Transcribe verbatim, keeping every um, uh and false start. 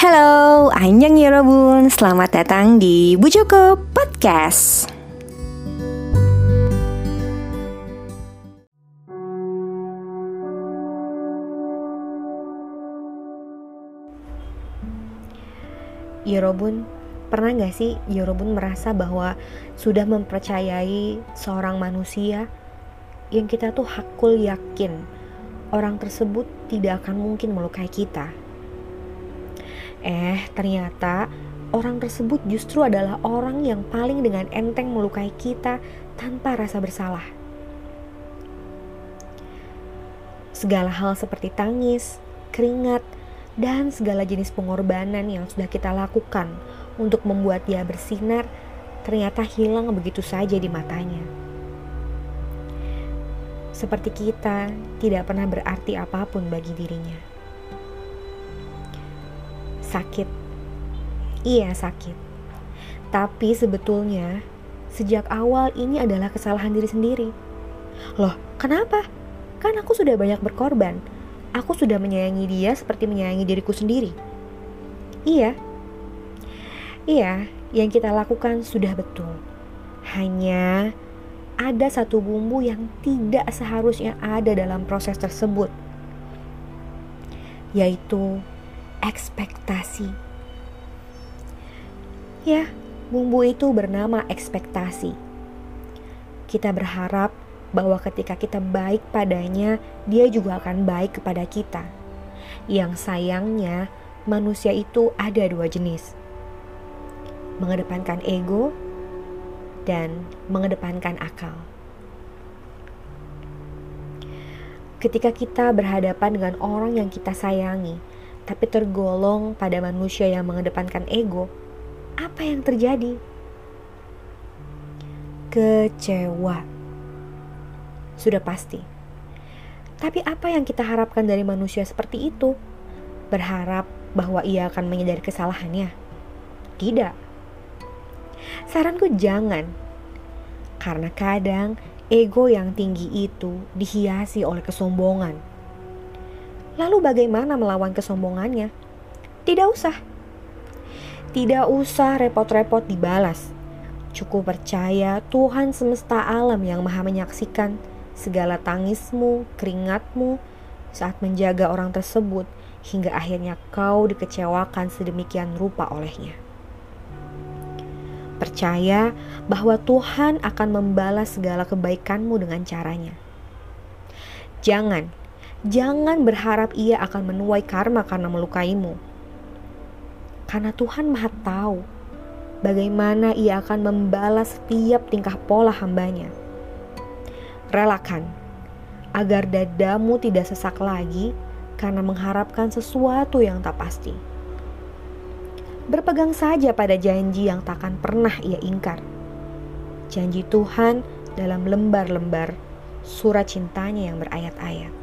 Halo, Annyeong Yorobun. Selamat datang di Bu Joko Podcast. Yorobun, pernah gak sih Yorobun merasa bahwa sudah mempercayai seorang manusia yang kita tuh hakul yakin orang tersebut tidak akan mungkin melukai kita? Eh, ternyata orang tersebut justru adalah orang yang paling dengan enteng melukai kita tanpa rasa bersalah. Segala hal seperti tangis, keringat, dan segala jenis pengorbanan yang sudah kita lakukan untuk membuat dia bersinar ternyata hilang begitu saja di matanya. Seperti kita tidak pernah berarti apapun bagi dirinya. Sakit, iya sakit. Tapi sebetulnya sejak awal ini adalah kesalahan diri sendiri. Loh, kenapa? Kan aku sudah banyak berkorban. Aku sudah menyayangi dia seperti menyayangi diriku sendiri. Iya, iya, yang kita lakukan sudah betul. Hanya ada satu bumbu yang tidak seharusnya ada dalam proses tersebut, yaitu ekspektasi. Ya, bumbu itu bernama ekspektasi. Kita berharap bahwa ketika kita baik padanya, dia juga akan baik kepada kita. Yang sayangnya, manusia itu ada dua jenis. Mengedepankan ego dan mengedepankan akal. Ketika kita berhadapan dengan orang yang kita sayangi, tapi tergolong pada manusia yang mengedepankan ego, apa yang terjadi? Kecewa. Sudah pasti. Tapi apa yang kita harapkan dari manusia seperti itu? Berharap bahwa ia akan menyadari kesalahannya? Tidak. Saranku jangan. Karena kadang ego yang tinggi itu dihiasi oleh kesombongan. Lalu bagaimana melawan kesombongannya? Tidak usah. Tidak usah repot-repot dibalas. Cukup percaya Tuhan semesta alam yang maha menyaksikan segala tangismu, keringatmu saat menjaga orang tersebut hingga akhirnya kau dikecewakan sedemikian rupa olehnya. Percaya bahwa Tuhan akan membalas segala kebaikanmu dengan caranya. Jangan Jangan berharap ia akan menuai karma karena melukaimu. Karena Tuhan maha tahu bagaimana ia akan membalas setiap tingkah pola hambanya. Relakan agar dadamu tidak sesak lagi karena mengharapkan sesuatu yang tak pasti. Berpegang saja pada janji yang takkan pernah ia ingkar. Janji Tuhan dalam lembar-lembar surat cintanya yang berayat-ayat.